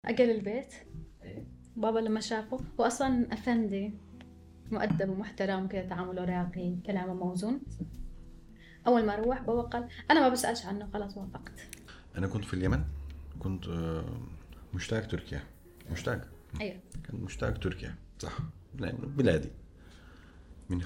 أجل البيت. بابا لما شافه هو أصلا أفندي مؤدب ومحترم كذا، تعامله راقي، كلامه موزون. أول ما روح بابا قال أنا ما بسألش عنه، خلاص وافقت. أنا كنت في اليمن، كنت مشتاق تركيا، مشتاق. أيوة. كان مشتاق تركيا صح، لأنه بلادي. من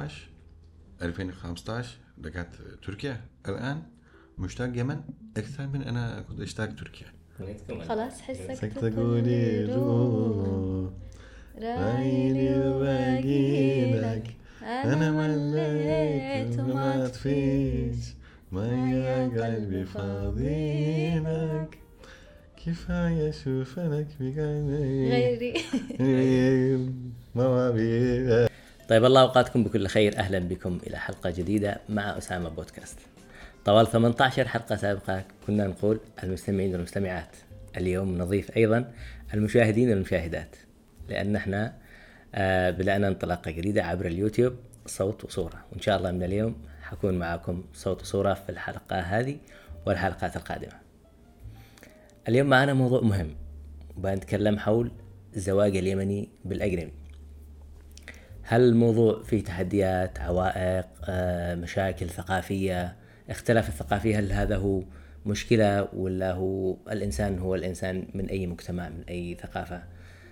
2015 لقيت تركيا. الآن مشتاق يمن أكثر من أنا كنت أشتاق تركيا. خلاص حسك تقولي روح رايلي وباقي لك، أنا مليت وما تفيش، ما يا قلبي فاضيلك، كفاية أشوفك بقلبي غيري. ما بي. طيب الله أوقاتكم بكل خير. أهلا بكم إلى حلقة جديدة مع أسامة بودكاست. طوال 18 حلقة سابقة كنا نقول المستمعين والمستمعات، اليوم نضيف أيضا المشاهدين والمشاهدات، لأن احنا بدأنا انطلاقة جديدة عبر اليوتيوب صوت وصورة، وإن شاء الله من اليوم حكون معكم صوت وصورة في الحلقة هذه والحلقات القادمة. اليوم معنا موضوع مهم، وبنتكلم حول الزواج اليمني بالأجنبي. هل الموضوع فيه تحديات، عوائق، مشاكل ثقافية، اختلاف الثقافي؟ هل هذا هو مشكلة ولا هو الإنسان من أي مجتمع من أي ثقافة؟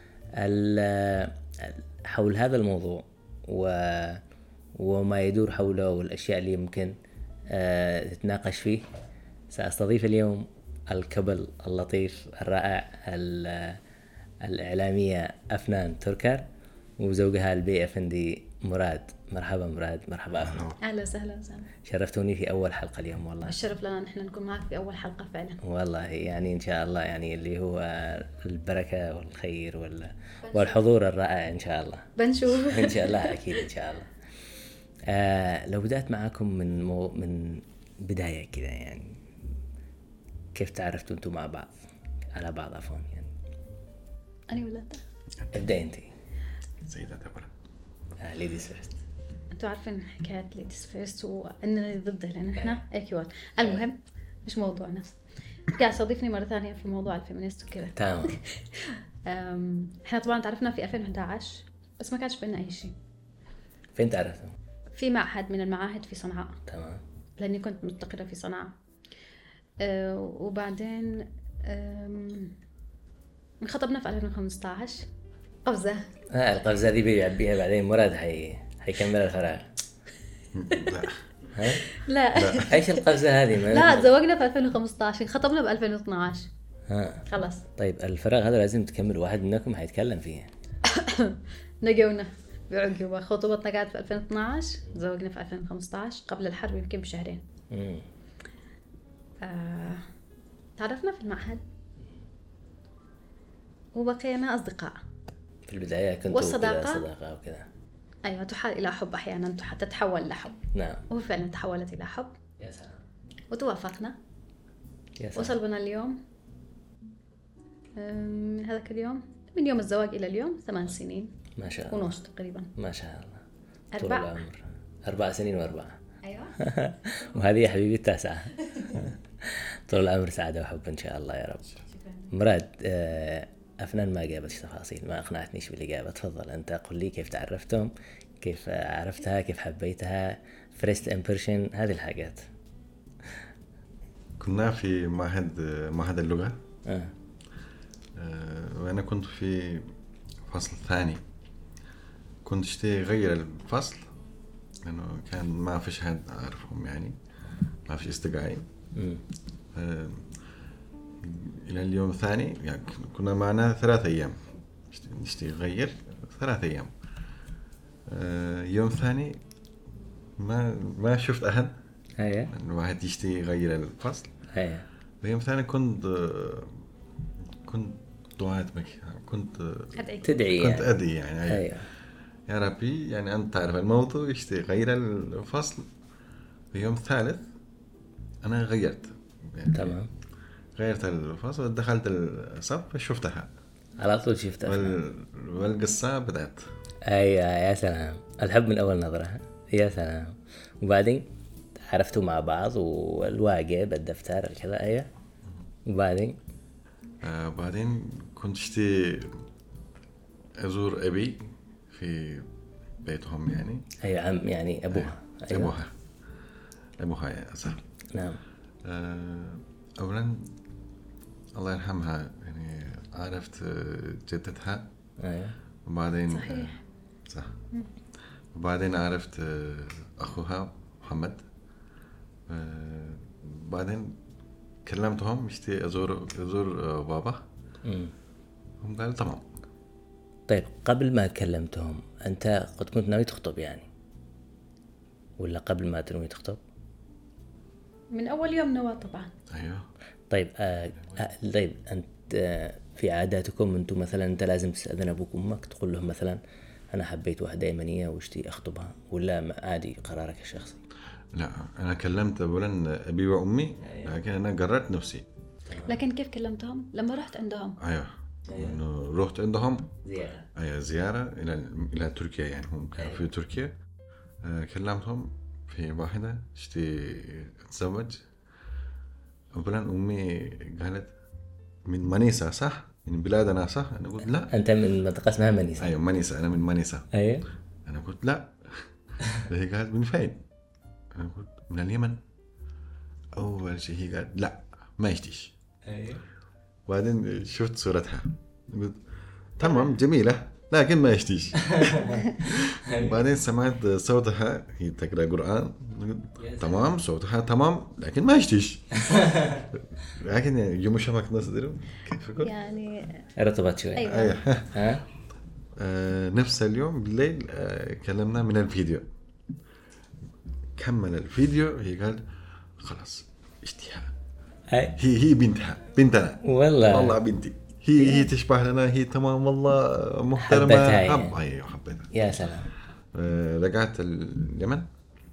حول هذا الموضوع وما يدور حوله والأشياء اللي يمكن تتناقش فيه، سأستضيف اليوم الكبل اللطيف الرائع الإعلامية أفنان تركر وزوجها البي أفندي مراد. مرحبا مراد. مرحبا أفنان. أهلا وسهلا. شرفتوني في أول حلقة اليوم والله. الشرف لنا نحن نكون معك في أول حلقة فعلا. والله يعني إن شاء الله يعني اللي هو البركة والخير والحضور الرائع إن شاء الله. بنشوف إن شاء الله أكيد إن شاء الله. لو بدأت معكم من بداية كذا، يعني كيف تعرفتوا أنتم مع بعض على بعض؟ عفوا يعني أنا ولا أنت؟ ابدأ أنت. سيدات أولا. ليديز فيرست. أنتوا عارفين حكاية ليديز فيرست وأننا ضدها لأن إحنا إيكوال. المهم مش موضوعنا. قاعد صادفني مرة ثانية في موضوع الفيمينيست وكذا. تمام. إحنا طبعا تعرفنا في 2011 بس ما كانش بيننا أي شيء. فين تعرفتوا؟ في معهد من المعاهد في صنعاء. تمام. لأني كنت مستقرة في صنعاء. وبعدين انخطبنا في 2015. قفزة. القفزة دي بيعبيها بعدين مراد هيكمل الفراغ. لا لا ايش القفزة هذه؟ لا تزوجنا في 2015، خطبنا ب 2012. خلاص. طيب الفراغ هذا لازم تكمل، واحد منكم هيتكلم فيه. نجونا بعقبة خطوبتنا كانت في 2012، تزوجنا في 2015 قبل الحرب يمكن بشهرين. تعرفنا في المعهد وبقينا أصدقاء. في البداية كنتوا والصداقة صداقة وكذا. أيوة، تحال إلى حب أحيانا، تتحول لحب. نعم. وفعلا تحولت إلى حب. يا سلام. وتوافقنا. يا سلام. وصل بنا اليوم، من هذاك اليوم، من يوم الزواج إلى اليوم 8 سنين. ما شاء الله. ونص تقريبا. ما شاء الله. 4. طول العمر. 4 سنين و4. أيوة. وهذه يا حبيبي 9. طول العمر سعادة وحب إن شاء الله يا رب. مراد، أفنان ما جابتش تفاصيل، ما أقنعتنيش بالإجابة. تفضل أنت، قل لي كيف تعرفتم، كيف عرفتها، كيف حبيتها، first impression، هذه الحاجات. كنا في معهد اللغة. وأنا كنت في فصل ثاني، كنت اشتي غير الفصل لأنه كان ما فيش حد أعرفهم، يعني ما فيش أصدقائي. إلى اليوم الثاني يعني كنا معنا 3 أيام نشتي غير 3 أيام. يوم ثاني ما شفت أحد. هيا. الواحد يشتي يغير الفصل. هيا. ويوم ثاني كنت دعاء كنت تدعي كنت أدعي يعني. هيا. يا ربي يعني أنت تعرف الموضوع، يشتي غير الفصل. ويوم ثالث أنا غيرت يعني. تمام. غيرت الفصل ودخلت الصف شفتها على طول شفتها. والقصة بدأت. أيوة يا سلام، الحب من أول نظرة. يا سلام. وبعدين عرفتوا مع بعض والواجب الدفتر كذا. أيوة. وبعدين بعدين كنت اشتي ازور ابي في بيتهم يعني. اي عم يعني ابوها. أيوة. ابوها يا صح. نعم. اولا الله يرحمها يعني عرفت جدتها. ايوه وبعدين صحيح. صح. وبعدين عرفت اخوها محمد. بعدين كلمتهم اشتي ازور بابا. هم قالوا تمام. طيب قبل ما كلمتهم انت قد كنت ناوي تخطب يعني ولا قبل ما تنوي تخطب؟ من اول يوم نوى طبعا. ايوه. طيب طيب انت في عاداتكم انتم مثلا انت لازم تستأذن ابوك وامك تقول لهم مثلا انا حبيت واحدة يمنية واشتي اخطبها ولا عادي قرارك الشخصي؟ لا انا كلمت اولا ابي وامي لكن انا قررت نفسي. لكن كيف كلمتهم؟ لما رحت عندهم. ايوه انه رحت عندهم زيارة. ايوه زياره الى تركيا يعني هم كانوا في تركيا. كلمتهم في واحده اشتي اتزوج. اولا امي قالت من مانيسا صح؟ من بلادنا صح؟ انا قلت لا. انت من منطقة اسمها منيسا. ايوه مانيسا انا من مانيسا. ايوه. انا قلت لا. هي قالت من فين؟ انا قلت من اليمن. اول شيء هي قالت لا ما يشتيش. ايوه. بعدين شفت صورتها قلت تمام جميلة لكن ما يشتيش. بعدين سمعت صوتها هي تقرأ قرآن تمام صوتها تمام لكن ما يشتيش. لكن يوم شافك ناس ديروا كيف يقول يعني ارتبط شوي. ايوه. ها. نفس اليوم بالليل كلمنا من الفيديو. كمل الفيديو هي قال خلاص اشتيها. هي بنتنا والله بنتي. هي تشبه لنا هي تمام والله محترمة. حبتها حبيتها. يا سلام. رجعت اليمن.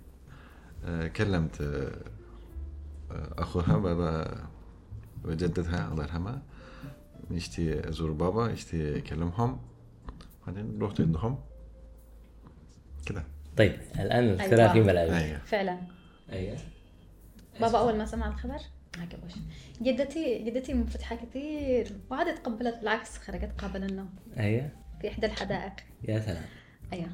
كلمت أخوها بابا وجدتها الله يرحمها يشتي أزور بابا يشتي أكلمهم. بعدين رحت عندهم كده. طيب الآن الثلاث في ملابس. أيوة. فعلا. أيوة. بابا أول ما سمع الخبر ما عجبوش. جدتي منفتحة كثير وعادة تقبلت بالعكس خرجت قابل النوم. أيوة. في إحدى الحدائق. يا سلام. أيوة.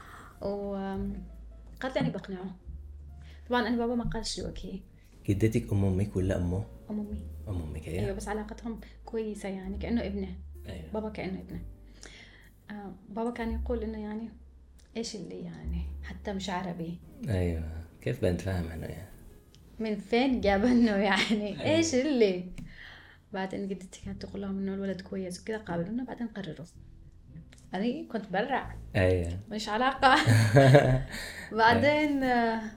وقالت لي أنا بقنعه. طبعا أنا بابا ما قالش لي أوكي. جدتك أم أمك ولا أمه؟ أم أمك. أيوة بس علاقتهم كويسة يعني كأنه ابنه. أيوة. بابا كأنه ابنه. بابا كان يقول إنه يعني إيش اللي يعني حتى مش عربي. أيوة كيف بنتفاهم إحنا يعني من فين جاب إنه يعني إيش اللي بعدين جدتي كانت تقول لهم إنه الولد كويس وكذا قابلونا بعدين قرروا. أنا كنت برع. أيوة. مش علاقة. بعدين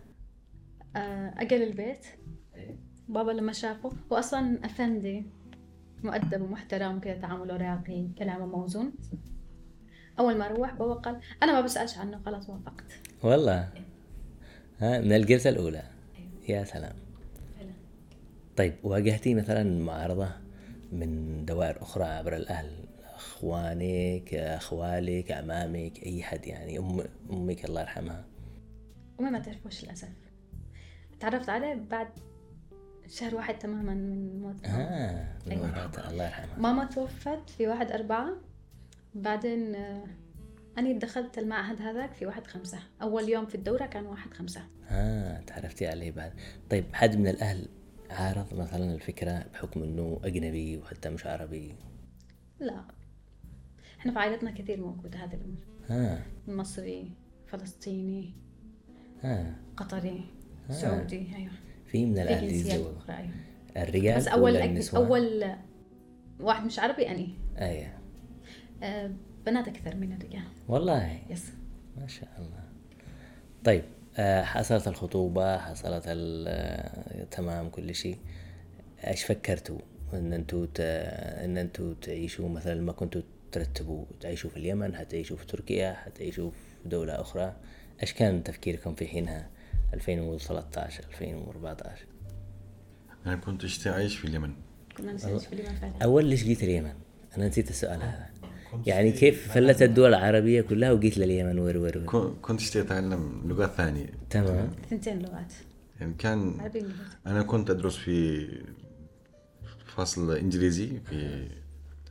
أجل البيت. بابا لما شافه هو أصلا أفندي مؤدب ومحترم كذا تعامله راقي كلامه موزون. أول ما روح بابا قال أنا ما بسألش عنه خلاص وافقت. والله من الجلسة الأولى. يا سلام. طيب واجهتي مثلا معارضة من دوائر أخرى عبر الأهل أخوانك أخوالك أعمامك أي حد يعني أمك الله يرحمها؟ أمي ما تعرفوش للأسف. تعرفت عليه بعد شهر واحد تماما من موت من وفاته الله يرحمها. ماما توفت في 1/4. بعدين أنا دخلت المعهد هذاك في 1/5. أول يوم في الدورة كان 1/5. تعرفتي عليه بعد. طيب حد من الأهل عارض مثلا الفكرة بحكم أنه أجنبي وحتى مش عربي؟ لا إحنا في عائلتنا كثير موجود هذا الأمر. مصري فلسطيني قطري سعودي. أيوة في من الأهل يتزوجوا الرجال بس أول واحد مش عربي أني. أيوة. بنات أكثر من الرجال والله. يس ما شاء الله. طيب حصلت الخطوبة حصلت تمام كل شيء. ايش فكرتوا ان انتوا تعيشوا مثلا ما كنتوا ترتبوا تعيشوا في اليمن حتعيشوا في تركيا حتعيشوا في دولة اخرى؟ ايش كان تفكيركم في حينها 2013 2014؟ انا كنت عايش في اليمن. كنا نعيش في اليمن فعلا. اول ليش جيت اليمن؟ انا نسيت السؤال هذا. يعني كيف فلت الدول العربية كلها وجيت لليمن ور كنت أتعلم لغات ثانية. تمام. 2 لغات يعني كان أنا كنت أدرس في فصل إنجليزي في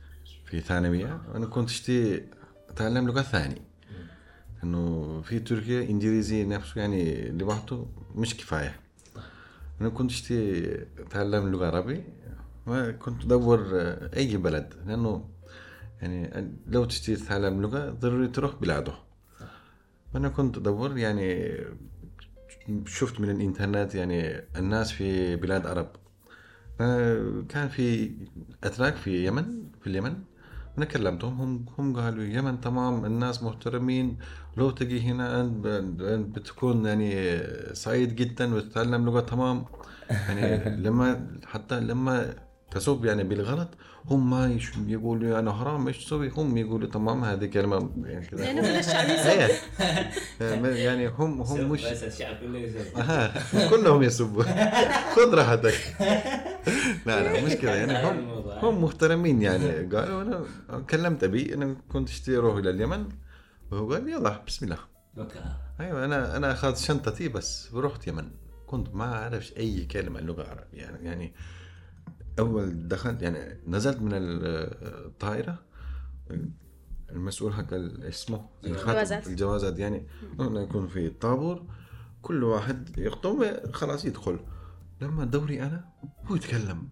في ثانوية أنا كنت أتعلم لغة ثانية، إنه في تركيا إنجليزي نفسه يعني لوحده مش كفاية. أنا كنت أتعلم لغة عربي، ما كنت أدور أي بلد، لأنه يعني لو تتعلم لغة ضروري تروح بلاده. أنا كنت أدور يعني شفت من الإنترنت يعني الناس في بلاد عرب، كان في أتراك في اليمن أنا كلمتهم، هم قالوا اليمن تمام، الناس محترمين، لو تجي هنا أنت بتكون يعني سعيد جدا وتتعلم لغة تمام. يعني حتى لما تسوق يعني بالغلط هم ما يقولوا أنا حرام إيش تسوي، هم يقولوا تمام هذه كلمة يعني كذا. يعني كل الشعب يسب. يعني هم مش بس الشعب كله يسب. كلهم يسبوا. خذ راحتك. لا مش كذا، يعني هم محترمين يعني. قالوا أنا كلمت أبي أنا كنت أروح إلى اليمن، وهو قال يلا بسم الله. أيوة أنا أخذت شنطتي بس ورحت يمن، كنت ما أعرفش أي كلمة اللغة العربية يعني أول دخلت يعني نزلت من الطائرة، المسؤول حق اسمه الجوازات يعني أنا يكون في طابور، كل واحد يخطب خلاص يدخل. لما دوري أنا هو يتكلم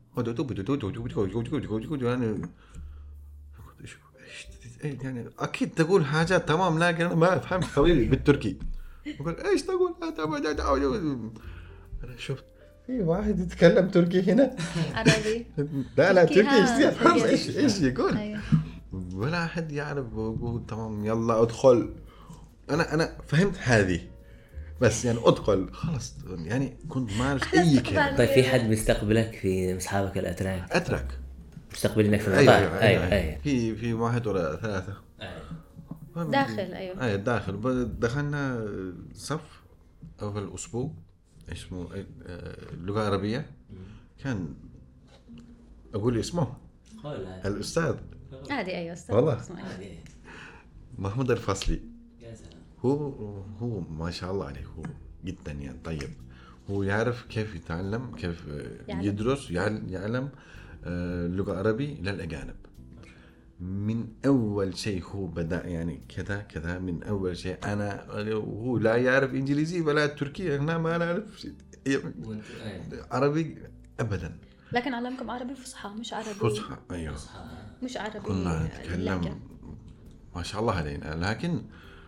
يعني أكيد تقول حاجات تمام، لكن أنا ما أفهم حبيبي بالتركي. يقول إيش تقول؟ أنا شفت في واحد يتكلم تركي هنا عربي. لا تركي إيش يقول؟ ولا أحد يعرف. بقول تمام يلا أدخل. أنا فهمت هذه بس يعني أدخل خلاص، يعني كنت ما أعرف أي كلمة. طيب في حد بيستقبلك في أصحابك الأتراك؟ أترك مستقبلينك في المطار؟ أيوة. في واحد ولا ثلاثة داخل. أيوة داخل. دخلنا صف أول أسبوع اسمه اللغة العربية، كان أقول اسمه الأستاذ عادي. أيوة أستاذ والله محمود الفصلي. يا سلام. هو ما شاء الله عليه، هو جدا يعني طيب، هو يعرف كيف يتعلم، كيف يدرس يعلم اللغة العربية للأجانب من أول شيء. هو بدأ يعني كذا من أول شيء. أنا هو لا يعرف إنجليزي ولا تركي، أنا ما نعرف عربي أبدا، لكن علمكم عربي فصحى مش عربي فصحى. أيوه مش عربي كنا نتكلم ما شاء الله علينا. لكن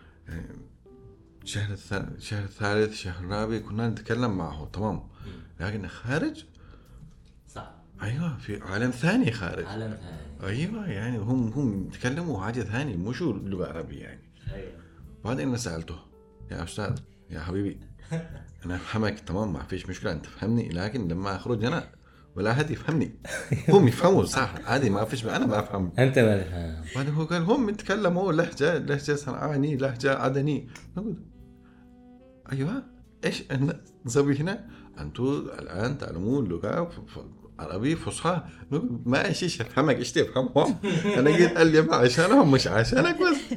شهر الثالث شهر الرابع كنا نتكلم معه تمام، لكن خارج صح. أيوة في عالم ثاني خارج. عالم ثاني. أيوة يعني هم يتكلموا حاجة ثانية مش اللغة العربية يعني. أيوة. بعدين أنا سألته يا أستاذ يا حبيبي أنا أفهمك تمام ما فيش مشكلة أنت فهمني، لكن لما أخرج أنا ولا أحد يفهمني. هم يفهموا صح عادي ما فيش، أنا ما أفهم أنت ما تفهم. بعدين هو قال هم يتكلموا لهجة صنعاني لهجة عدني. نقول أيوة إيش نسوي هنا؟ أنتوا الآن تعلمون لغة عربي فصحى. ما إيش أفهمك إيش تفهم؟ أنا قلت اليوم عشانهم مش عشانك بس.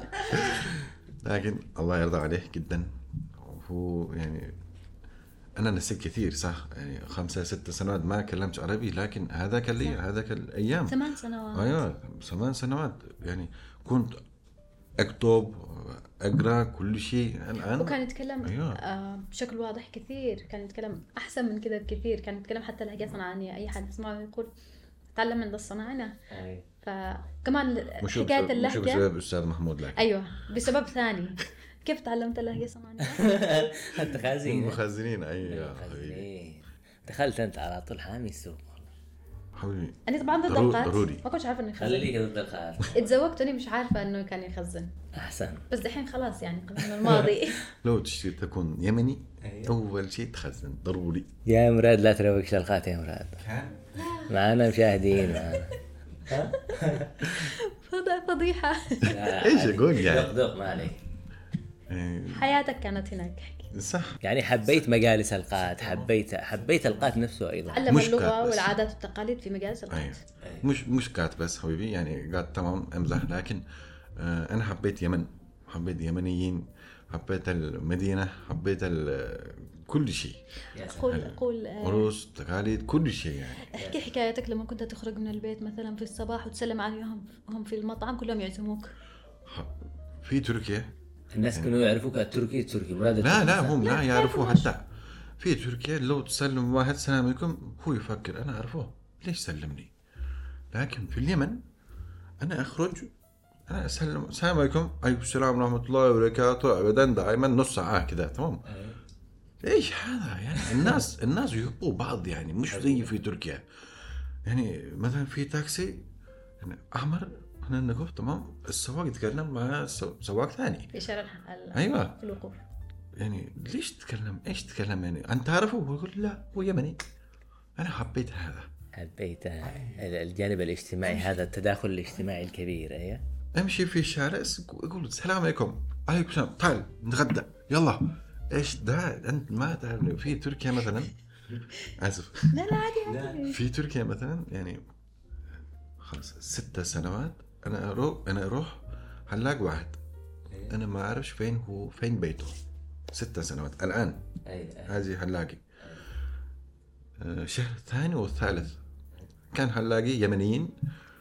لكن الله يرضى عليه جدا. هو يعني أنا نسيت كثير صح يعني 5-6 سنوات ما كلمت عربي، لكن هذاك الأيام 8 سنوات. أيوة 8 سنوات يعني كنت أكتب أقرأ كل شيء. الآن وكان يتكلم أيوة. بشكل واضح كثير، كان يتكلم أحسن من كذا بكثير، كان يتكلم حتى لهجة صنعانية. أي حد يسمعه يقول تعلم من الصناعة. فكمان حكاية اللهجة مش بسبب أستاذ محمود لكن أيوة بسبب ثاني. كيف تعلمت اللهجة الصنعانية؟ أنت خازين. مخزنين. أيوة دخلت أنت على طول حامي السوق حبيبي. أنا طبعا ضد القات، ضروري. ما كنتش عارفة إنه يخزن. خليك ضد القات. اتزوجت وأنا مش عارفة إنه كان يخزن. أحسن. بس دحين خلاص يعني قبل الماضي. لو تشتري تكون يمني أول شيء تخزن ضروري. يا مراد لا تروقش القات يا مراد. معنا مشاهدين معنا. فضيحة. إيش أقول يعني؟ دق ما عليك. حياتك كانت هناك. صح. يعني حبيت مجالس القات، حبيت القات نفسه أيضا. علم اللغة والعادات والتقاليد في مجالس القات. أيوة. مش قات بس حبيبي يعني قات تمام أمزح، لكن أنا حبيت يمن، حبيت اليمنيين، حبيت المدينة، حبيت كل شيء، قول عروس تقاليد كل شيء يعني. احكي حكايتك لما كنت تخرج من البيت مثلا في الصباح وتسلم عليهم هم في المطعم كلهم يعزموك. في تركيا الناس كانوا يعرفوك التركي لا هم لا يعرفوه. حتى في تركيا لو تسلم واحد السلام عليكم هو يفكر أنا أعرفه ليش سلمني. لكن في اليمن أنا أخرج أنا أسلم السلام عليكم، عليكم السلام ورحمة الله وبركاته، أبدا دائما نص ساعة كذا تمام. إيش هذا يعني الناس يحبوا بعض يعني، مش زي في تركيا. يعني مثلا في تاكسي يعني أحمر احنا نقف تمام، السواق يتكلم مع سواق ثاني في شارع أيوة في الوقوف. يعني ليش تتكلم ايش تتكلم يعني انت تعرفه؟ ويقول لا هو يمني. انا حبيت الجانب الاجتماعي هذا، التداخل الاجتماعي الكبير. ايوه امشي في الشارع يقول السلام عليكم، عليكم السلام، تعال نتغدى يلا. ايش ده انت ما تعرف؟ في تركيا مثلا اسف لا عادي. في تركيا مثلا يعني خلاص 6 سنوات انا اروح حلاق واحد انا ما اعرفش فين بيته. 6 سنوات الان هذه حلاقي. شهر الثاني والثالث كان حلاقي يمنيين.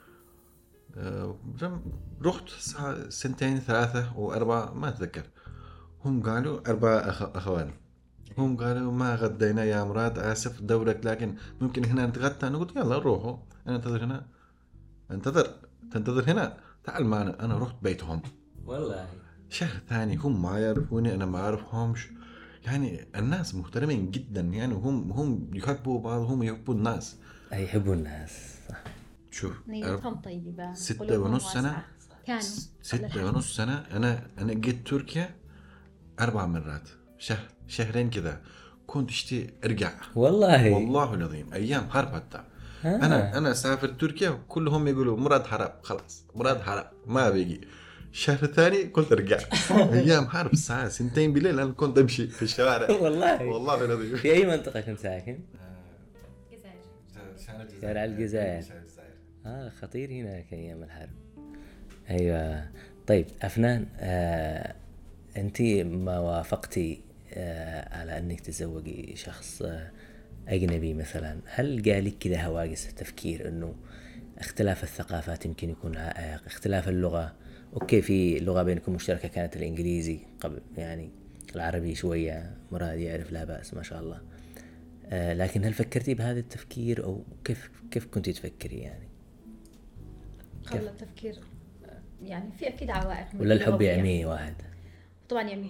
رحت 2 3 و4 ما أتذكر. هم قالوا 4 أخوان. هم قالوا ما غدينا يا مراد آسف دورك لكن ممكن هنا نتغدى. أنا قلت يلا نروحوا أنا انتظر هنا. تنتظر هنا تعال معنا. أنا رحت بيتهم والله. شهر ثاني هم ما يعرفوني أنا ما أعرفهمش. يعني الناس محترمين جدا يعني، هم يحبوا بعض، هم يحبوا الناس. يحبوا الناس صح. شوف نيتهم طيبة. 6.5 سنة كانوا 6.5 سنة أنا جيت تركيا 4 مرات. شهرين كذا كنت اشتي ارجع والله العظيم ايام حرب حتى. انا سافر تركيا كلهم يقولوا مراد حرب خلاص مراد حرب ما بيجي. الشهر الثاني قلت ارجع. ايام حرب الساعة 2 بالليل انا كنت امشي في الشوارع والله العظيم. في اي منطقة كنت ساكن؟ الجزائر. شارع الجزائر. خطير هناك ايام الحرب. ايوه. طيب أفنان، انت ما وافقتي على انك تتزوجي شخص اجنبي مثلا، هل جالك كذا هواجس التفكير انه اختلاف الثقافات يمكن يكون عائق، اختلاف اللغة؟ اوكي في لغة بينكم مشتركة كانت الانجليزي، قبل يعني العربي شوية مراد يعرف لا بأس ما شاء الله. لكن هل فكرتي بهذا التفكير او كيف كنتي تفكري يعني؟ قبل التفكير يعني في اكيد عوائق ولا الحب يعمي واحد؟ طبعا يعمي.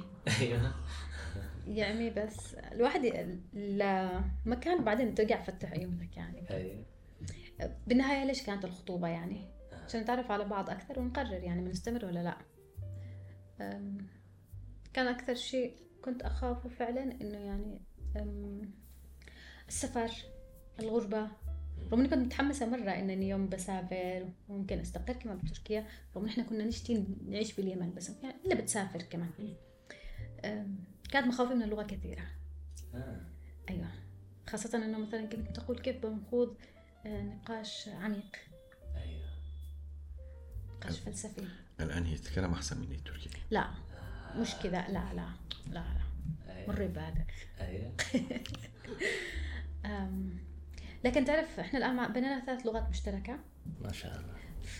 يعمي بس الواحد مكان بعدين ترجع فتح عيونك يعني. بالنهاية ليش كانت الخطوبة يعني؟ عشان نتعرف على بعض أكثر ونقرر يعني بنستمر ولا لا. كان أكثر شيء كنت أخافه فعلا إنه يعني السفر، الغربة. رغم إني كنت متحمسة مرة إنني يوم بسافر وممكن أستقر كمان بتركيا، رغم إن إحنا كنا نشتي نعيش باليمن بس يعني إلا بتسافر كمان. كانت مخاوفي من اللغة كثيرة. أيوة، خاصة إنه مثلا كنت تقول كيف بنخوض نقاش عميق. أيوة. نقاش فلسفي. الآن هي تتكلم أحسن مني تركيا. لا مش كذا، لا مري بالك. أيوة. لكن تعرف إحنا الآن بيننا 3 لغات مشتركة ما شاء الله.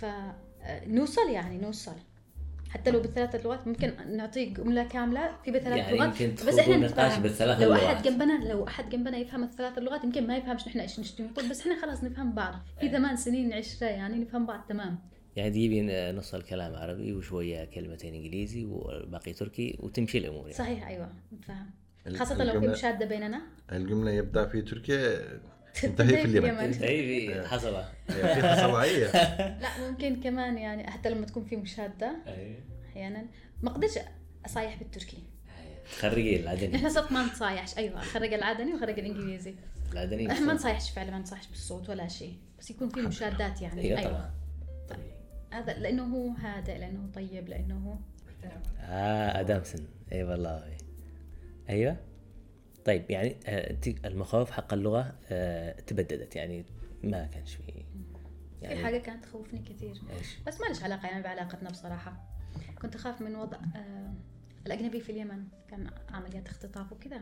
فنوصل حتى لو ب3 لغات ممكن نعطيك جملة كاملة في ب3 يعني لغات. بس إحنا نتفاهم لو أحد جنبنا يفهم ال3 لغات يمكن ما يفهمش نحن إيش نشتي نقول، بس إحنا خلاص نفهم بعض في 8 سنين 10 يعني نفهم بعض تمام. يعني تجيبين نص الكلام عربي وشوية كلمتين إنجليزي والباقي تركي وتمشي الأمور يعني. صحيح أيوة نفهم. خاصة لو في مشادة بيننا. الجملة يبدأ في تركيا تنتهي في اليمن. تنتهي في حصبة. في حصبة. لا ممكن كمان يعني حتى لما تكون في مشادة أحيانا ما قدرش أصايح بالتركي. خرجي العدني. إحنا صرت ما نصايحش. أيوة خرج العدني وخرج الإنجليزي. العدني. إحنا ما نصايحش فعلا، ما نصايحش بالصوت ولا شيء، بس يكون في مشادات يعني. أيوة. هذا لأنه هو هادئ، لأنه هو طيب، لأنه هو أدامسن. أي والله. أيوة. طيب يعني المخاوف حق اللغة تبددت يعني ما كانش فيه يعني في حاجة كانت تخوفني كثير. بس ما ليش علاقة يعني بعلاقتنا بصراحة. كنت أخاف من وضع الأجنبي في اليمن، كان عمليات اختطاف وكذا.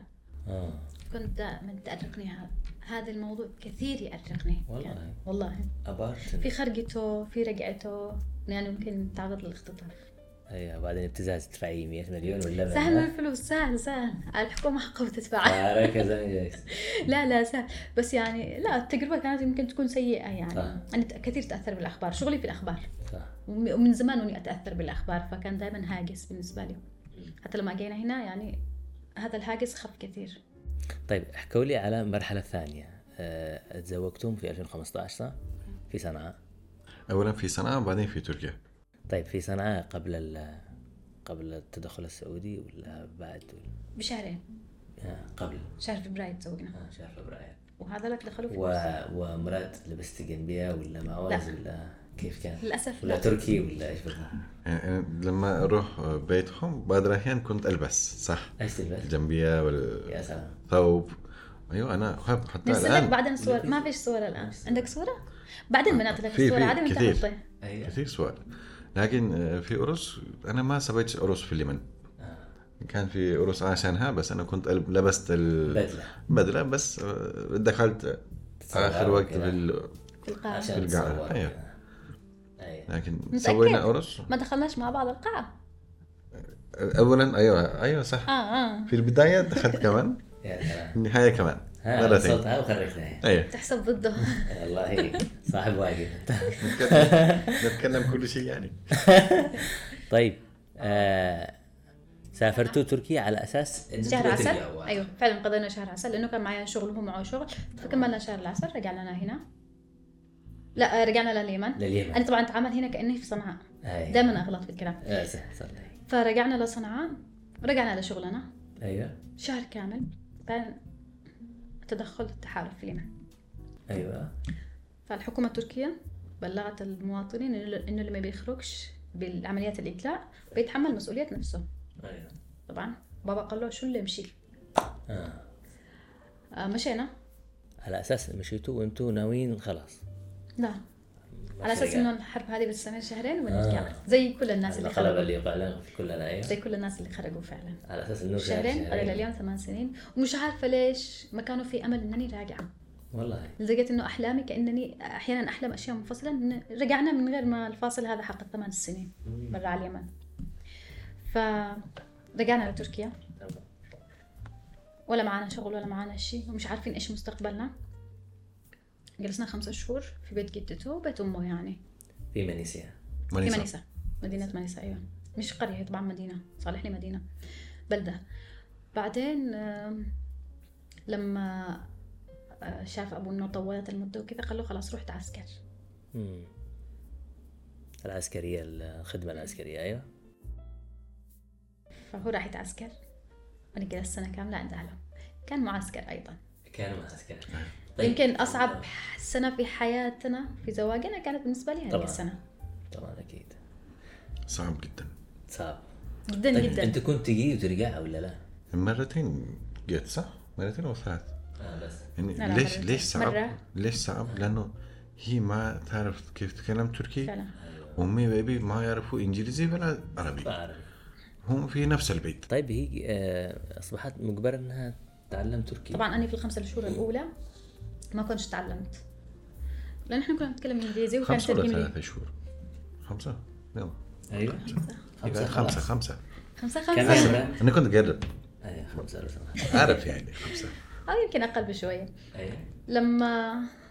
كنت دائما تأرقني هذا الموضوع كثير يأرقني. والله والله أبارت في خرقته في رقعته يعني ممكن تعرض للاختطاف. ايوه بعدين ابتزاز تدفعي 100 مليون ولا سهل الفلوس سهل الحكومة حقها بتدفعها. هكذا. لا سهل بس يعني لا التجربة كانت يمكن تكون سيئة يعني. أنا كثير تأثر بالأخبار شغلي في الأخبار صح. ومن زمان وأني أتأثر بالأخبار فكان دائما هاجس بالنسبة لي. حتى لما جينا هنا يعني هذا الهاجس خف كثير. طيب احكوا لي على المرحلة الثانية. تزوجتم في 2015 صح؟ في صنعاء. اولا في صنعاء وبعدين في تركيا. طيب في صنعاء قبل التدخل السعودي ولا بعد؟ بشهرين. قبل شهر فبراير تزوجنا. شهر فبراير. وهذا لك دخلوا في ومرات لبست جنبيها ولا معوز ولا كيف كان؟ للأسف ولا تركي ولا ايش بالضبط؟ يعني لما اروح بيتهم بعض الاحيان كنت البس صح ايش تلبس؟ الجنبيه يا سلام. والثوب. ايوه انا احب حتى الان بعدين صور ما فيش صور الان. عندك صوره بعدين بنات لك الصور عادي من كثير كثير صور. لكن في أرس أنا ما سويت أرس في اليمن. كان في أرس عشانها بس أنا كنت لبست البدلة بس دخلت آخر وقت في القاعة. أيوة. لكن سوينا أرس ما دخلناش مع بعض القاعة أولا. أيوة صح. في البداية دخلت كمان في النهاية كمان مرتين. صوتها وخرجتها. أيوة. تحسب ضده. والله صاحب واجب. نتكلم كل شيء يعني. طيب سافرتوا تركيا على أساس شهر عسل. أيوة فعلا قضينا شهر عسل لأنه كان معي شغل وهو معه شغل فكملنا شهر العسل. رجعنا هنا لا رجعنا لليمن. أنا طبعا أتعامل هنا كأني في صنعاء. دائما أغلط في الكلام. فرجعنا لصنعاء رجعنا لشغلنا. أيوة شهر كامل كان تدخل التحالف في اليمن. أيوة. فالحكومة التركية بلغت المواطنين إنه اللي ما بيخرجش بالعمليات الإقلاع بيتحمل مسؤولية نفسه. أيوة. طبعا بابا قال له شو اللي يمشي. مشينا. على أساس مشيتوا وأنتوا ناويين خلاص. لا على أساس إنه الحرب هذه بتستمر شهرين ونرجع زي كل الناس اللي خرجوا. اللي فعلا كلنا. أيوة. زي كل الناس اللي خرجوا فعلا. على أساس إنه شهرين قبل اليوم 8 سنين ومش عارفة ليش ما كانوا في أمل إنني راجعة. والله لقيت إنه أحلامي كأنني أحيانا أحلم أشياء منفصلة إن رجعنا من غير ما الفاصل هذا حق 8 سنين برا على اليمن. فرجعنا لتركيا ولا معانا شغل ولا معانا شيء ومش عارفين إيش مستقبلنا. جلسنا 5 شهور في بيت جدته وبيت أمه يعني في منيسيا. في منيسا مدينة منيسا. أيوة مش قرية طبعا مدينة صالح لي مدينة بلدة. بعدين لما شاف أبو إنه طولت المدة وكذا قال له خلاص روح تعسكر. العسكرية الخدمة العسكرية. أيوة. فهو راح يتعسكر وأنا جلست سنة كاملة عند أهله. كان معسكر أيضا. كان معسكر. طيب. يمكن أصعب سنة في حياتنا في زواجنا كانت بالنسبة لي هذه السنة. طبعا أكيد صعب جدا. صعب جدا طيب جدا. أنت كنت تجي وترجع ولا لا؟ مرتين جيت صح مرتين أو 3. بس يعني لا ليش صعب؟ ليش صعب؟ لأنه هي ما تعرف كيف تتكلم تركي فعلا. أمي وأبي ما يعرفوا إنجليزي ولا عربي. هم في نفس البيت. طيب هي أصبحت مجبرة أنها تتعلم تركي. طبعا أنا في ال5 شهور الأولى ما كنتش تعلمت لأن إحنا كنا نتكلم إنجليزي وكان 5 ولا 3 شهور 5 يلا. أيوة 5 5 أنا كنت قرب. أيوة 5 لو سمحت. عارف يعني 5 أو يمكن أقل بشوية. أيوة. لما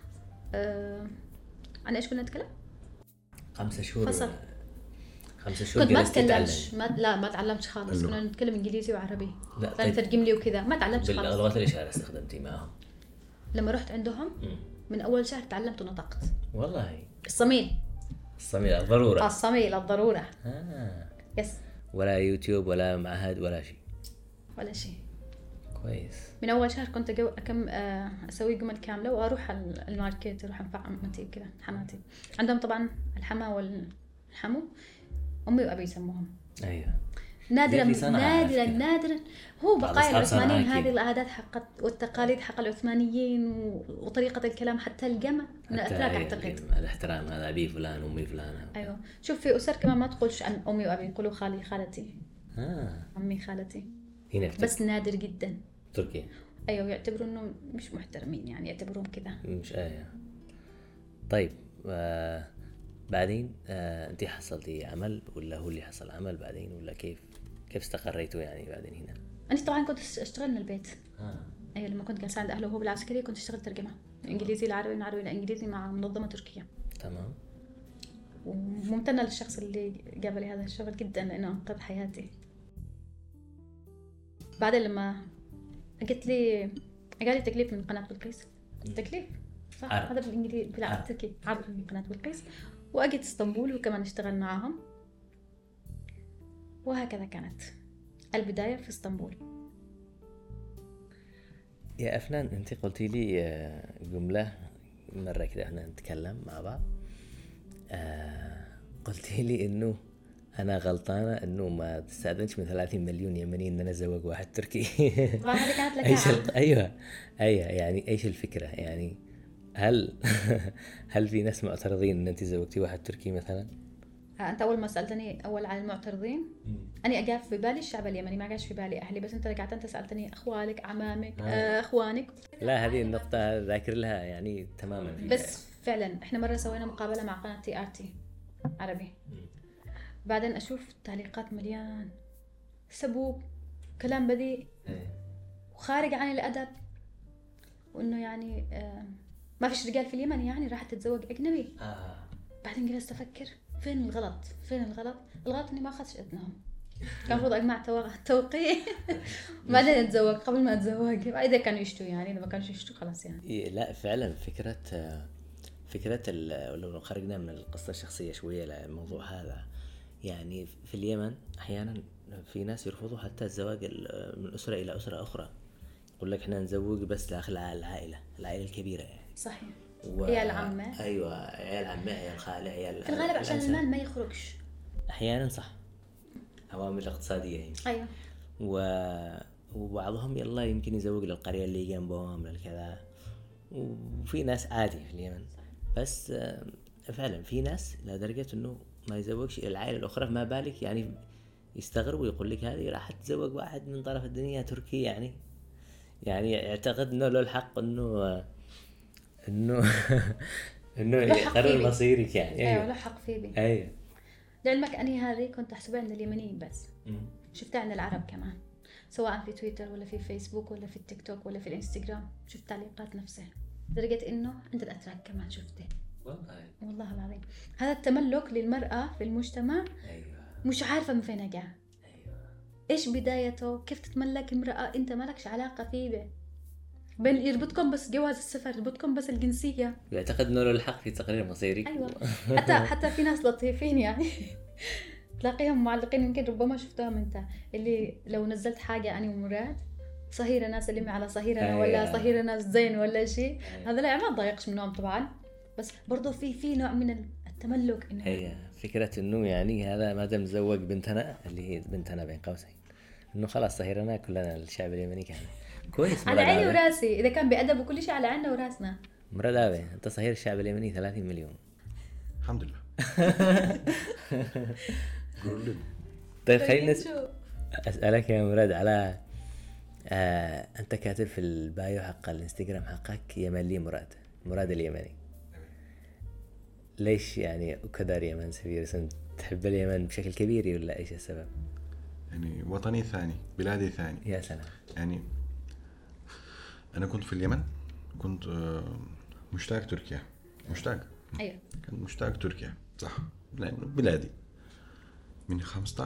عن إيش كنا نتكلم؟ 5 شهور. فصل. 5 شهور كنت ما تكلمش ما تعلمتش خالص. كنا نتكلم إنجليزي وعربي. كان يترجم لي وكذا ما تعلمتش خالص. باللغات الإشارة استخدمتي معهم. لما رحت عندهم من أول شهر تعلمت ونطقت. والله. الصميل الضرورة. الصميل الضرورة. يس. ولا يوتيوب ولا معهد ولا شيء. ولا شيء. كويس. من أول شهر كنت أسوي جمل كاملة وأروح الماركت أروح أنفع عمتي كذا حماتي. عندهم طبعا الحما والحمو أمي وأبي يسموهم. أيوة. نادرا هو بقايا العثمانيين هذه العادات حقت والتقاليد حق العثمانيين وطريقة الكلام حتى الجمع من الأتراك أعتقد. الاحترام هذا أبي فلان أمي فلان. أيوة. شوف في أسر كمان ما تقولش عن أمي وأبي يقولوا خالي خالتي. أمي خالتي. هنا بس نادر جدا. تركيا. ايوه يعتبروا انه مش محترمين، يعني يعتبروهم كذا. مش طيب بعدين انت حصلتي عمل ولا هو اللي حصل عمل بعدين، ولا كيف استقريتوا يعني بعدين هنا؟ انا طبعا كنت اشتغل من البيت. ايوه لما كنت جالسه عند اهله وهو بالعسكريه كنت اشتغل ترجمه من انجليزي لعربي، من عربي لانجليزي مع منظمه تركيه. تمام. وممتنه للشخص اللي جاب لي هذا الشغل جدا لانه انقذ حياتي. بعدين لما قلت لي جالي تكليف من قناه بلقيس. تكليف صح عرب. هذا بالانجليزي بالتركي عربي من قناه بلقيس، واجيت اسطنبول وكمان اشتغل معاهم، وهكذا كانت البدايه في اسطنبول. يا أفنان أنت قلتي لي جملة مرة كده احنا نتكلم مع بعض، قلتي لي إنه أنا غلطانة إنه ما تستأذنش من 30 مليون يمني إن أنا أتزوج واحد تركي. هذه كانت لك إيش أيوة يعني إيش الفكرة يعني؟ هل في ناس معترضين إن أنت زوجتي واحد تركي مثلا؟ انت اول ما سالتني اول عن المعترضين انا جاء في بالي الشعب اليمني، ما جاش في بالي اهلي، بس انت رجعت انت سالتني اخوالك اعمامك اخوانك. لا هذه النقطة ذاكر لها يعني تماما. بس فعلا احنا مره سوينا مقابله مع قناه TRT عربي، بعدين اشوف تعليقات مليان سبوب كلام بذيء وخارج عن الادب، وانه يعني ما فيش رجال في اليمن يعني راح تتزوج اجنبي. بعدين جلست افكر فين الغلط؟ الغلط اني ما اخذش اذنهم، كان المفروض اجمع توقيع بعدين اتزوج قبل ما اتزوج. اذا كانوا يشتوا يعني، اذا ما كانوا يشتوا خلاص يعني. لا فعلا فكرة لو خرجنا من القصة الشخصية شوية للموضوع هذا، يعني في اليمن أحيانا في ناس يرفضوا حتى الزواج من أسرة إلى أسرة أخرى، يقول لك إحنا نزوج بس داخل العائلة الكبيرة يعني. صحيح. عيال عمة. أيوة عيال عمة، عيال خالة، عيال في الغالب عشان المال ما يخرجش. أحيانا صح، عوامل اقتصادية يعني. أيوة. وبعضهم يلا يمكن يزوج للقرية اللي جنبهم للكذا، وفي ناس عادي في اليمن، بس فعلا في ناس لدرجة انه ما يزوجش العائلة الاخرى، ما بالك يعني يستغرب ويقول لك هذه راح تزوج واحد من طرف الدنيا تركي يعني يعتقد انه له الحق انه يقرر مصيرك يعني. ايوه له حق فيه. ايوه لعلمك اني هذه كنت احسبها عند اليمنيين بس شفتها عند العرب كمان، سواء في تويتر ولا في فيسبوك ولا في التيك توك ولا في الانستغرام، شفت تعليقات نفسها لدرجة انه عند الاتراك كمان شفته. والله العظيم هذا التملك للمرأة في المجتمع. أيوة. مش عارفة من فين جاء. أيوة. ايش بدايته؟ كيف تتملك امرأة انت مالكش علاقة فيه؟ بين يربطكم بس جواز السفر، يربطكم بس الجنسية. يعتقد انه له الحق في تقرير مصيري. ايوه حتى في ناس لطيفين يعني تلاقيهم معلقين، يمكن ربما شفتهم انت، اللي لو نزلت حاجة أنا ومراد صهيرة ناس اللي على صهيرنا ولا صهيرة ناس زين ولا شيء، هذا لا ما تضايقش منهم طبعا، بس برضو في نوع من التملك إنه هي فكرة إنه يعني هذا ما دام زوج بنتنا اللي هي بنتنا بين قوسين، إنه خلاص صهيرنا كلنا الشعب اليمني كان كويس. على عيني وراسي إذا كان بأدب وكل شيء على عيننا وراسنا. مراد أبي أنت صهير الشعب اليمني 30 مليون الحمد لله. طيب خلينا أسألك يا مراد على أنت كاتب في البايو حق الانستغرام حقك يمني مراد اليمني. ليش يعني وكدار يمن سفير تحب اليمن بشكل كبير ولا إيش السبب؟ يعني وطني ثاني، بلادي ثاني. يا سلام. يعني أنا كنت في اليمن، كنت مشتاق تركيا، مشتاق. أيوة. كنت مشتاق تركيا صح، لأنه بلادي. من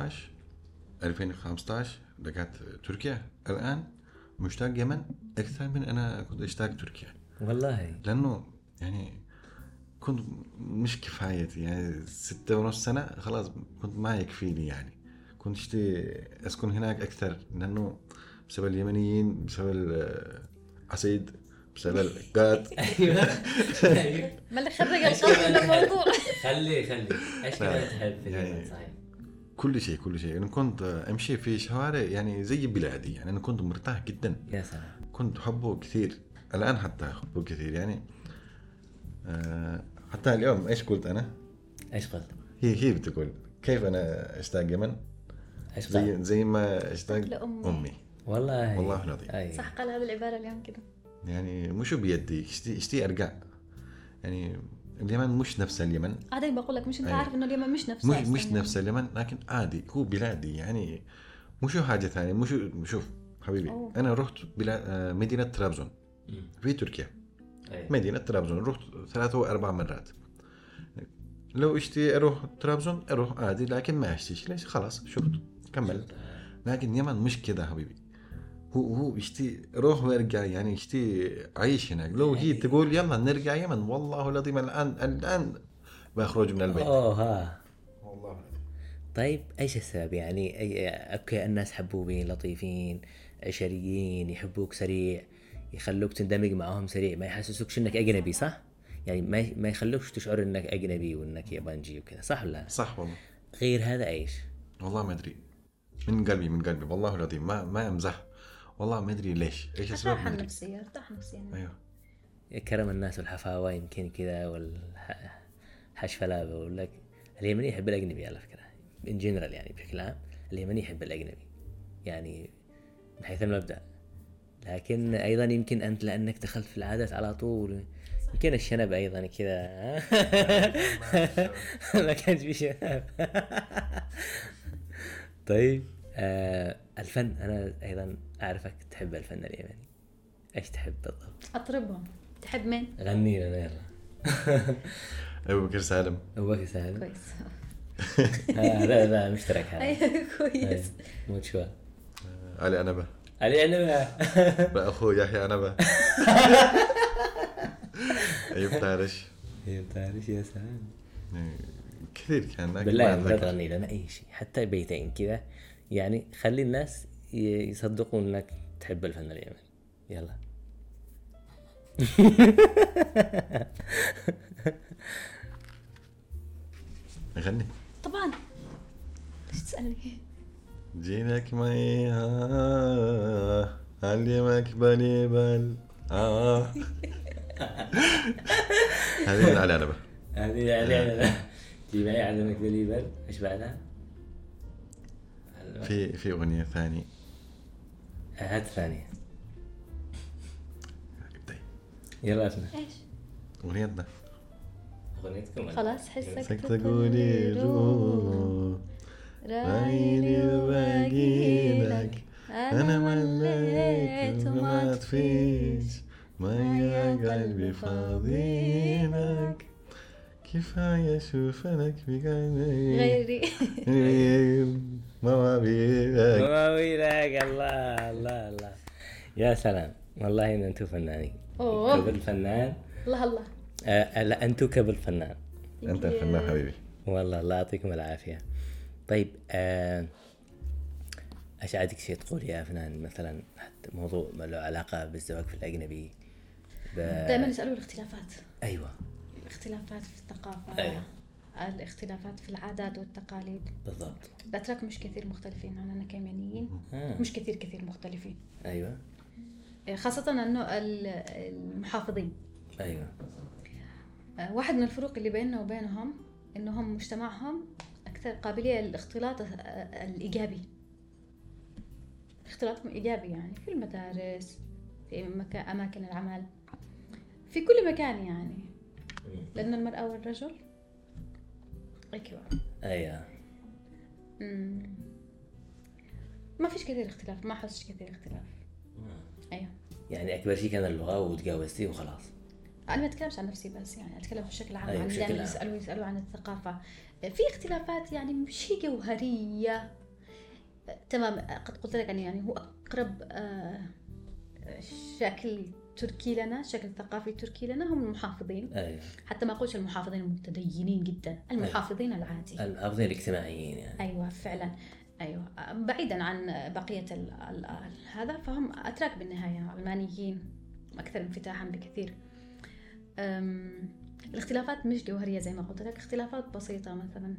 2015 رجعت تركيا، الآن مشتاق يمن أكثر من أنا كنت أشتاق تركيا. والله. لأنه يعني كنت مش كفايتي، يعني 6.5 سنة خلاص كنت ما يكفيني، يعني كنت أسكن هناك أكثر، لأنه بسبب اليمنيين، بسبب عسيد، بسبب القات. ما اللي خرج القلب من الموضوع. خلي ايش كمان تحب في اليمن؟ صحيح كل شيء. أنا كنت أمشي في شوارع يعني زي بلادي، يعني أنا كنت مرتاح جدا. يا سلام. كنت أحبه كثير، الآن حتى أحبه كثير يعني. حتى اليوم إيش قلت أنا؟ إيش قلت؟ هي بتقول كيف أنا أشتاق يمن؟ زي ما أشتاق أمي. والله العظيم. أي. صح قال هذه العبارة اليوم كده. يعني مش بيدي اشتي ارجع. يعني اليمن مش نفس اليمن. عادي بقول لك مش انت أيوة. عارف انه اليمن مش نفس مش نفس اليمن، لكن عادي هو بلادي يعني. مش حاجة ثانية. مش شوف حبيبي أوه. أنا رحت مدينة طرابزون في تركيا. مدينة طرابزون رحت 3 أو 4 مرات. لو اشتي اروح طرابزون اروح عادي، لكن ما اشتيش ليش خلاص شفت كمل. لكن اليمن مش كده حبيبي. هو اشتي روح وارجع يعني اشتي عيش هناك. لو هي تقول يلا نرجع يمن والله العظيم الان بخرج من البيت. ها والله العظيم. طيب ايش السبب يعني؟ اوكي الناس حبوبين لطيفين عشريين يحبوك سريع، يخلوك تندمج معهم سريع، ما يحسسوكش انك اجنبي صح؟ يعني ما يخلوكش تشعر انك اجنبي وانك يابانجي وكذا صح ولا لا؟ صح والله. غير هذا ايش؟ والله ما ادري من قلبي والله العظيم ما امزح. والله ما ادري ليش ايش السبب. ارتاح نفسيا ارتاح نفسيا. ايوه كرم الناس والحفاوة يمكن كذا والحشفلة. بقول لك اليمني يحب الأجنبي على فكرة in general يعني بشكل عام اليمني يحب الأجنبي يعني من حيث المبدأ. لكن أيضا يمكن أنت لأنك دخلت في العادات على طول يمكن الشنب أيضا كذا ما كانش في شنب. طيب الفن أنا أيضا أعرفك تحب الفن اليمني. إيش تحب بالضبط؟ اطربهم. تحب مين؟ غني لنا يلا. ابو بكر سالم. أبو بكر سالم كويس. لا مشترك هذا. ايوه كويس. مو شو علي أنبة. علي أنبة. بأخوه يحيى أنبة. أيوب تارش. أيوب تارش يا سلام. كثير كان. بالله لا تغني لنا أي شيء حتى بيتين كذا يعني خلي الناس يصدقوا إنك تحب الفن اليمني. يلا. غني. طبعا. ايش تسألني؟ جينك ميها علمك بني بل هذه من علي أنبة. هذه علي أنبة. جي معي علمك بليبل. إيش بعدها؟ في أغنية ثانية. هات ثانية. يلا اسمع. ايش؟ أغنيتنا. أغنيتكم. خلاص حسك تقولي روح رايني وباقي لك أنا مليت وما تفيش ما يا قلبي فاضيلك كفاية أشوفك بقلبي غيري. مواويلك. الله يا سلام والله إن أنتوا فنانين. أوه. كبر الفنان. الله لا أنتوا كبر الفنان. أنت الفنان حبيبي. والله الله يعطيكم العافية. طيب ايش عندك شيء تقول يا فنان مثلا حتى موضوع ما له علاقة بالزواج في الأجنبي؟ دائما يسألوا الاختلافات. أيوة. الاختلافات في الثقافة. أيوة. الاختلافات في العادات والتقاليد. بالضبط. الأتراك مش كثير مختلفين عننا كيميانيين. مش كثير مختلفين. أيوة. خاصة أنه المحافظين. أيوة. واحد من الفروق اللي بيننا وبينهم إنهم مجتمعهم أكثر قابلية للاختلاط الإيجابي. اختلاطهم إيجابي يعني في المدارس في أماكن العمل في كل مكان يعني لأن المرأة والرجل equal. أيوة. ما فيش كثير اختلاف. ما حسش كثير اختلاف. أيوة. يعني أكبر شيء كان اللغة وتجاوزتي وخلاص. أنا ما أتكلمش عن نفسي بس يعني أتكلم بشكل عام. أيوة عن بشكل دائما يسألوا عن الثقافة. في اختلافات يعني مش هي جوهرية. تمام قد قلت لك يعني هو أقرب شكل تركي لنا شكل ثقافي تركي لنا هم المحافظين. أيوة. حتى ما أقولش المحافظين المتدينين جدا المحافظين أيوة. العادي المحافظين الاجتماعيين يعني. أيوة فعلا. أيوة بعيدا عن بقية هذا فهم أتراك بالنهاية علمانيين أكثر انفتاحا بكثير. الاختلافات مش جوهرية زي ما قلت لك. اختلافات بسيطة مثلا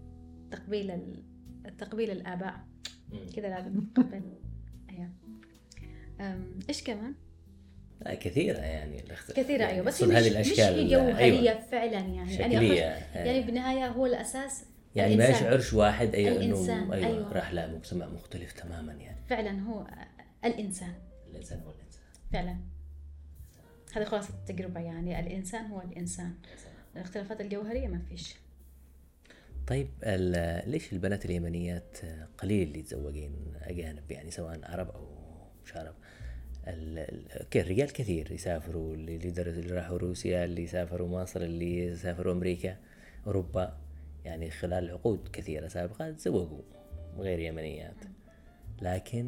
تقبيل الآباء كذا لازم نقبل. أيوة. إيش كمان؟ كثيرة يعني كثيرة يعني أيوة بس هذه الأشكال مش جوهرية أيوة. فعلا يعني شكلية. يعني بالنهاية هو الأساس يعني ما يشعرش واحد أيوة الإنسان. إنه أيوة أيوة. راح لمجتمع مختلف تماما يعني فعلا هو الإنسان هو الإنسان فعلا. هذه خلاصة التجربة، يعني الإنسان هو الإنسان. الاختلافات الجوهرية ما فيش. طيب ليش البنات اليمنيات قليل اللي يتزوجين أجانب، يعني سواء عرب أو مش عرب؟ الرجال كثير يسافروا، اللي راحوا روسيا، اللي سافروا مصر، اللي سافروا أمريكا، أوروبا، يعني خلال عقود كثيرة سابقة تزوجوا غير يمنيات. لكن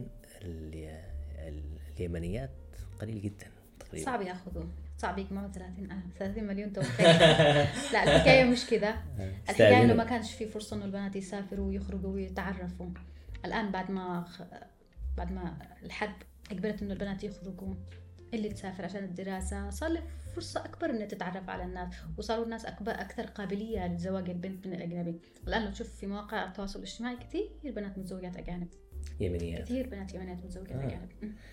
اليمنيات قليل جدا تقريبا. صعب ياخذون، صعب يجمعوا 30 مليون توفيق. لا الحكاية مش كده. الحكاية إنه ما كانش في فرصة إنه البنات يسافروا ويخرجوا ويتعرفوا. الآن بعد ما الحرب أجبرت إنه البنات يخرجوا، اللي تسافر عشان الدراسة صار له فرصة أكبر إنها تتعرف على الناس، وصاروا الناس أكثر قابلية لزواج البنت من الأجنبي. الآن لو تشوف في مواقع التواصل الاجتماعي كثير بنات متزوجات أجانب، يمنيات، كثير بنات يمنيات متزوجات أجانب.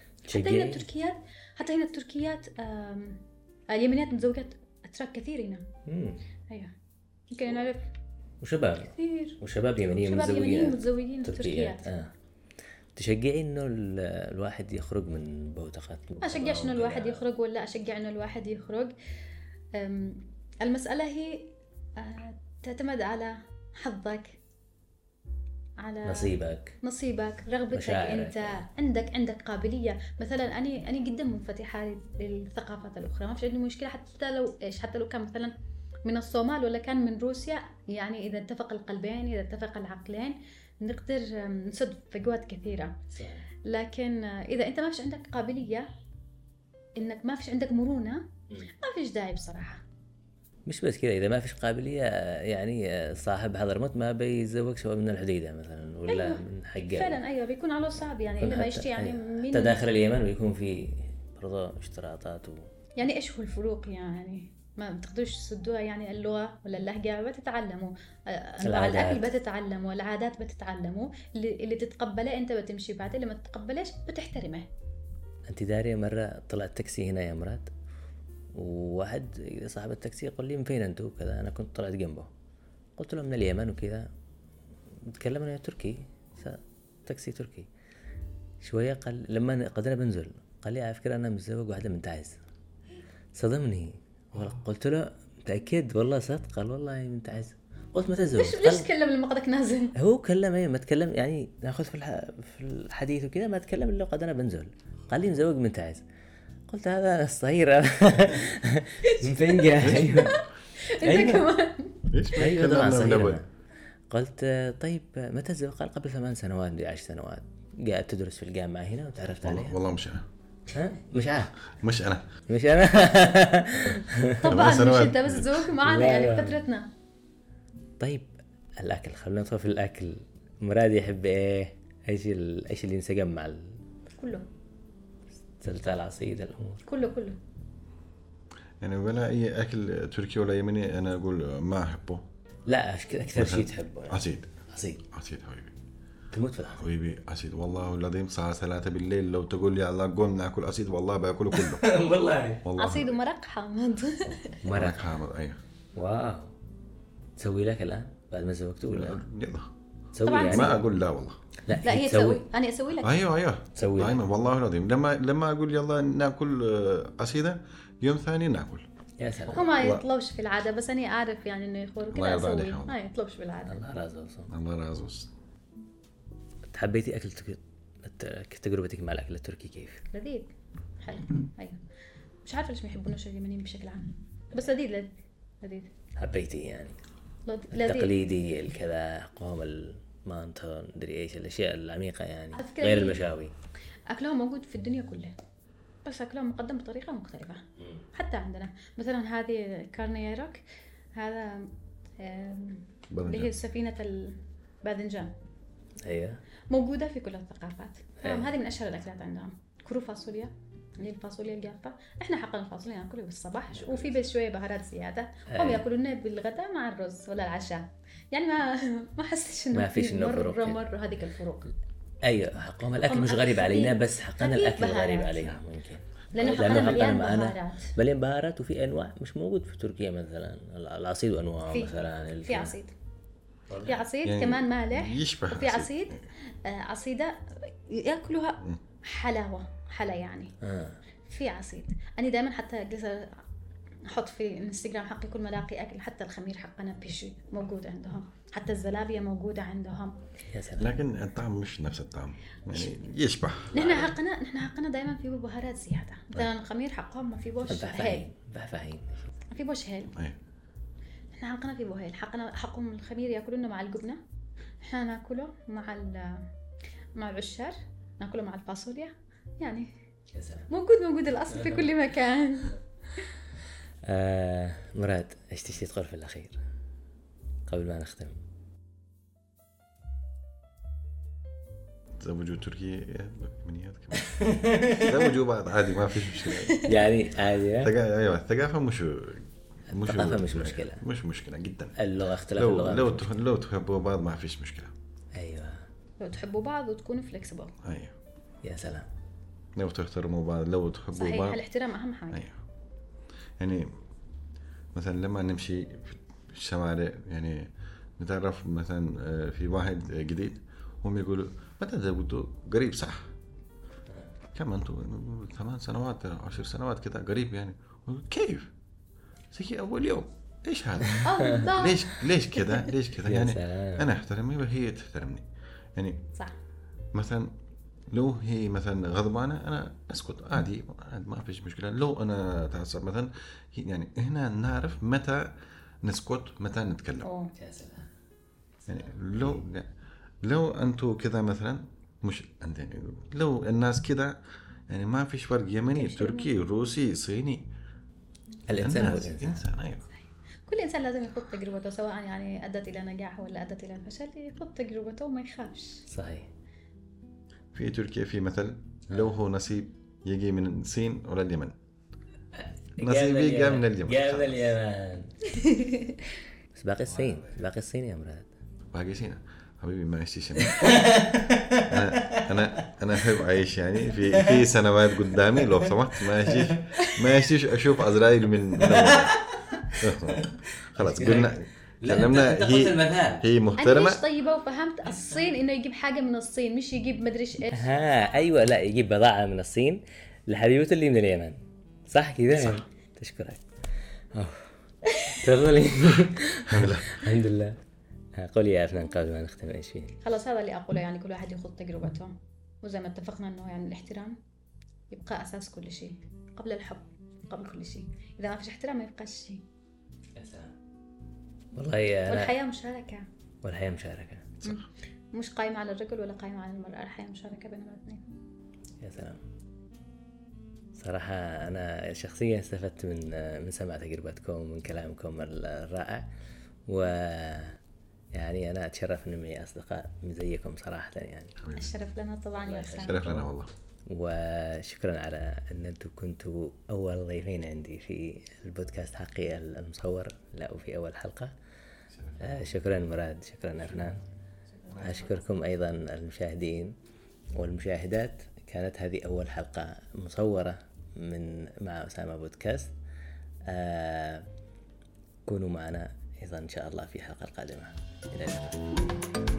حتى هنا التركيات اليمنيات متزوجات أتراك كثير هنا. أيوة يمكن نعرف. وشباب كثير وشباب يمنيين متزوجين تركيات. تشجعي إنه الواحد يخرج من بوتقة؟ أشجعش إنه الواحد يخرج ولا أشجع إنه الواحد يخرج. المسألة هي تعتمد على حظك، على نصيبك، رغبتك. مشاعرك. أنت عندك قابلية. مثلا أنا جدا منفتحة للثقافات الأخرى، ما فيش عندي مشكلة حتى لو كان مثلا من الصومال ولا كان من روسيا. يعني إذا اتفق القلبين، إذا اتفق العقلين، نقدر نسد فجوات كثيرة. لكن إذا أنت ما فيش عندك قابلية، إنك ما فيش عندك مرونة، ما فيش داعي بصراحة. مش بس كذا، إذا ما فيش قابلية يعني صاحب حضرموت ما بيزوج شباب من الحديدة مثلا ولا أيوة. من حقه. فعلا أيوة بيكون على صعب، يعني إنما يشتي يعني من داخل اليمن ويكون في برضه اشتراطات يعني إيش هو الفروق؟ يعني ما بتقدروش تسدوها. يعني اللغة ولا اللهجة بتتعلموا، أنواع الأكل بتتعلموا، العادات بتتعلموا، اللي تتقبله أنت بتمشي بعد، اللي ما تتقبلش بتحترمه. أنت دارية مرة طلعت تاكسي هنا يا مراد، وواحد صاحب التاكسي يقول لي من فين أنتوا كذا، أنا كنت طلعت جنبه، قلت له من اليمن وكذا، بتكلمنا تركي، تاكسي تركي. شوية قال لما قدرنا بنزل قال لي على فكرة أنا متزوج واحدة من تعز. صدمني، قلت له متأكد؟ والله صدق؟ قال والله من تعز. قلت ما تزوج. ليش تكلم لما قدك نازل؟ هو كلم ما تكلم، يعني ناخذ في الحديث وكذا، ما تكلم إلا قد أنا بنزل. قال لي مزوج من تعز. قلت هذا صغير من فين جاء؟ أنت كمان أيوة طبعا صغير. قلت طيب متى تزوج؟ قال قبل 8 سنوات 10 سنوات، قاعد تدرس في الجامعة هنا وتعرفت عليها. والله مش أنا. مش أنا طبعا مش أنت بس زوج معنا يعني فترتنا. طيب الأكل، خلونا ندخل في الأكل. مراد يحب إيه؟ إيش اللي ينسجم مع كله، سلطة العصيد الأمور كله يعني ولا أي أكل تركي ولا يمني أنا أقول ما أحبه. لا أكثر شيء تحبه يعني. عصيد حبيبي، تموت في العصيد حبيبي. عصيد والله العظيم الساعة 3 بالليل لو تقول لي الله قوم ناكل عصيد والله باكله كله. والله عصيد ومرق حامض. مرق حامض أيوه. واو. تسوي لك الآن بعد ما زوجته ولا؟ يلا تسوي يعني. ما أقول لا والله. لا هي تسوي، أنا أسوي لك. أيوه تسوي دائما والله العظيم. لما أقول يلا ناكل عصيدة، يوم ثاني ناكل. يا سلام. هو ما يطلبش في العادة، بس أنا أعرف يعني إنه يخور كذا أسوي، ما يطلبش في العادة. الله رازق. الله رازق. حبيتي أكل تجربتك مع الأكل التركي كيف؟ لذيذ حلو. أيوه مش عارفة ليش ما يحبونوش اليمنيين بشكل عام، بس لذيذ. حبيتي يعني لذيذ. تقليدي الكذا، قوم المانتون مدري إيش الأشياء العميقة يعني غير المشاوي. أكلهم موجود في الدنيا كلها، بس أكلهم مقدم بطريقة مختلفة. حتى عندنا مثلا هذه كارنييروك، هذا اللي هي سفينة الباذنجان. أيوة موجودة في كل الثقافات. هذه من أشهر الأكلات عندهم. كرو فاصوليا، اللي الفاصوليا الجافة. إحنا حقنا الفاصوليا ناكله بالصباح وفي بس شوية بهارات زيادة، هم يأكلونه بالغداء مع الرز ولا العشاء. يعني ما حسيتش إنه ما فيش إنه فروق مرة هذيك الفروق. أيوة حقهم الأكل مش غريب علينا، بس حقنا الأكل غريب عليهم ممكن. لأنه حقنا مليان بهارات. مليان بهارات، وفي أنواع مش موجود في تركيا مثلا العصيد وأنواعه مثلا. في عصيد، في عصيد يعني كمان مالح، وفي عصيد عصيدة يأكلوها حلا يعني في عصيد. أنا دائما حتى أحط في الانستغرام حقي كل ما الاقي أكل، حتى الخمير حقنا بيجي موجود عندهم، حتى الزلابية موجودة عندهم. لكن الطعم مش نفس الطعم يعني يشبه. نحن حقنا دائما فيه بهارات زيادة. مثلا الخمير حقهم ما في بوش هيل، ما في بوش هيل. نحن حقنا في بوهيل، حقهم الخمير يأكلونه مع الجبنة، نحن ناكله مع العشار، ناكله مع الفاصوليا، يعني موجود الأصل في كل مكان. مراد، ايش تشتي تقول في الأخير قبل ما نختم؟ زوجوا تركي منيات كمان. زوجوا بعض عادي ما فيش مشكلة. يعني عادي. أيوة الثقافة مش مشكلة. مش مشكلة جدا. اللغة اختلاف اللغة. لو تحبوا بعض ما فيش مشكلة. أيوة. لو تحبوا بعض وتكونوا فلكسبل. أيوة. يا سلام. لو تحترموا بعض، لو تحبوا صحيح. بعض. الاحترام أهم حاجة. أيوة. يعني مثلا لما نمشي في الشوارع يعني نتعرف مثلا في واحد جديد، هم يقولوا متى زوجتوا؟ قريب صح؟ كم أنتوا 8 سنوات 10 سنوات كده قريب يعني. كيف؟ زي أول يوم. إيش هذا؟ ليش كده يعني أنا أحترمني وهي تحترمني يعني. صح. مثلا لو هي مثلا غضبانة أنا أسكت عادي ما فيش مشكلة. لو أنا تعصب مثلا يعني هنا نعرف متى نسكت متى نتكلم. يعني لو أنتوا كذا مثلا مش يعني لو الناس كذا يعني ما فيش فرق يمني تركي روسي صيني. الإنسان هو الإنسان. أيوة. كل إنسان لازم يخوض تجربته، سواء يعني أدت إلى نجاح ولا أدت إلى الفشل، يخوض تجربته وما يخافش. صحيح. في تركيا في مثل لو هو نصيب يجي من الصين ولا اليمن، نصيبي جاء من اليمن. بس باقي الصين يا مراد. باقي سينا حبيبي ما عشتش أنا أحب أعيش يعني في سنوات قدامي لو سمحت ما عشتش أشوف أزرائيل من خلاص قلنا كلمنا. هي محترمة. أنا طيبة وفهمت الصين إنه يجيب حاجة من الصين، مش يجيب مدريش إيش. أيوة، لا يجيب بضاعة من الصين لحبيبته اللي من اليمن. صح كذا. تشكرك. تفضلي. الحمد لله. قولي يا أفنان قبل ما نختم إيش فيه. خلاص هذا اللي أقوله، يعني كل واحد يخوض تجربته، وزي ما اتفقنا إنه يعني الاحترام يبقى أساس كل شيء، قبل الحب قبل كل شيء. إذا ما فيش احترام ما يبقاش شيء. والله والحياة مشاركة. مش قائمة على الرجل ولا قائمة على المرأة، الحياة مشاركة بين الاثنين. يا سلام. صراحة أنا شخصيا استفدت من سماع تجربتكم ومن كلامكم الرائع، يعني أنا أتشرف إني معي أصدقاء زيكم صراحة. يعني الشرف لنا طبعا يا أسامة. الشرف لنا والله. وشكرا على أن أنتم كنتوا أول ضيفين عندي في البودكاست حقي المصور، لا وفي أول حلقة. شكرا مراد، شكرا أفنان. أشكركم أيضا المشاهدين والمشاهدات. كانت هذه أول حلقة مصورة مع أسامة بودكاست. كونوا معنا أيضا إن شاء الله في حلقة قادمة. إلى اللقاء.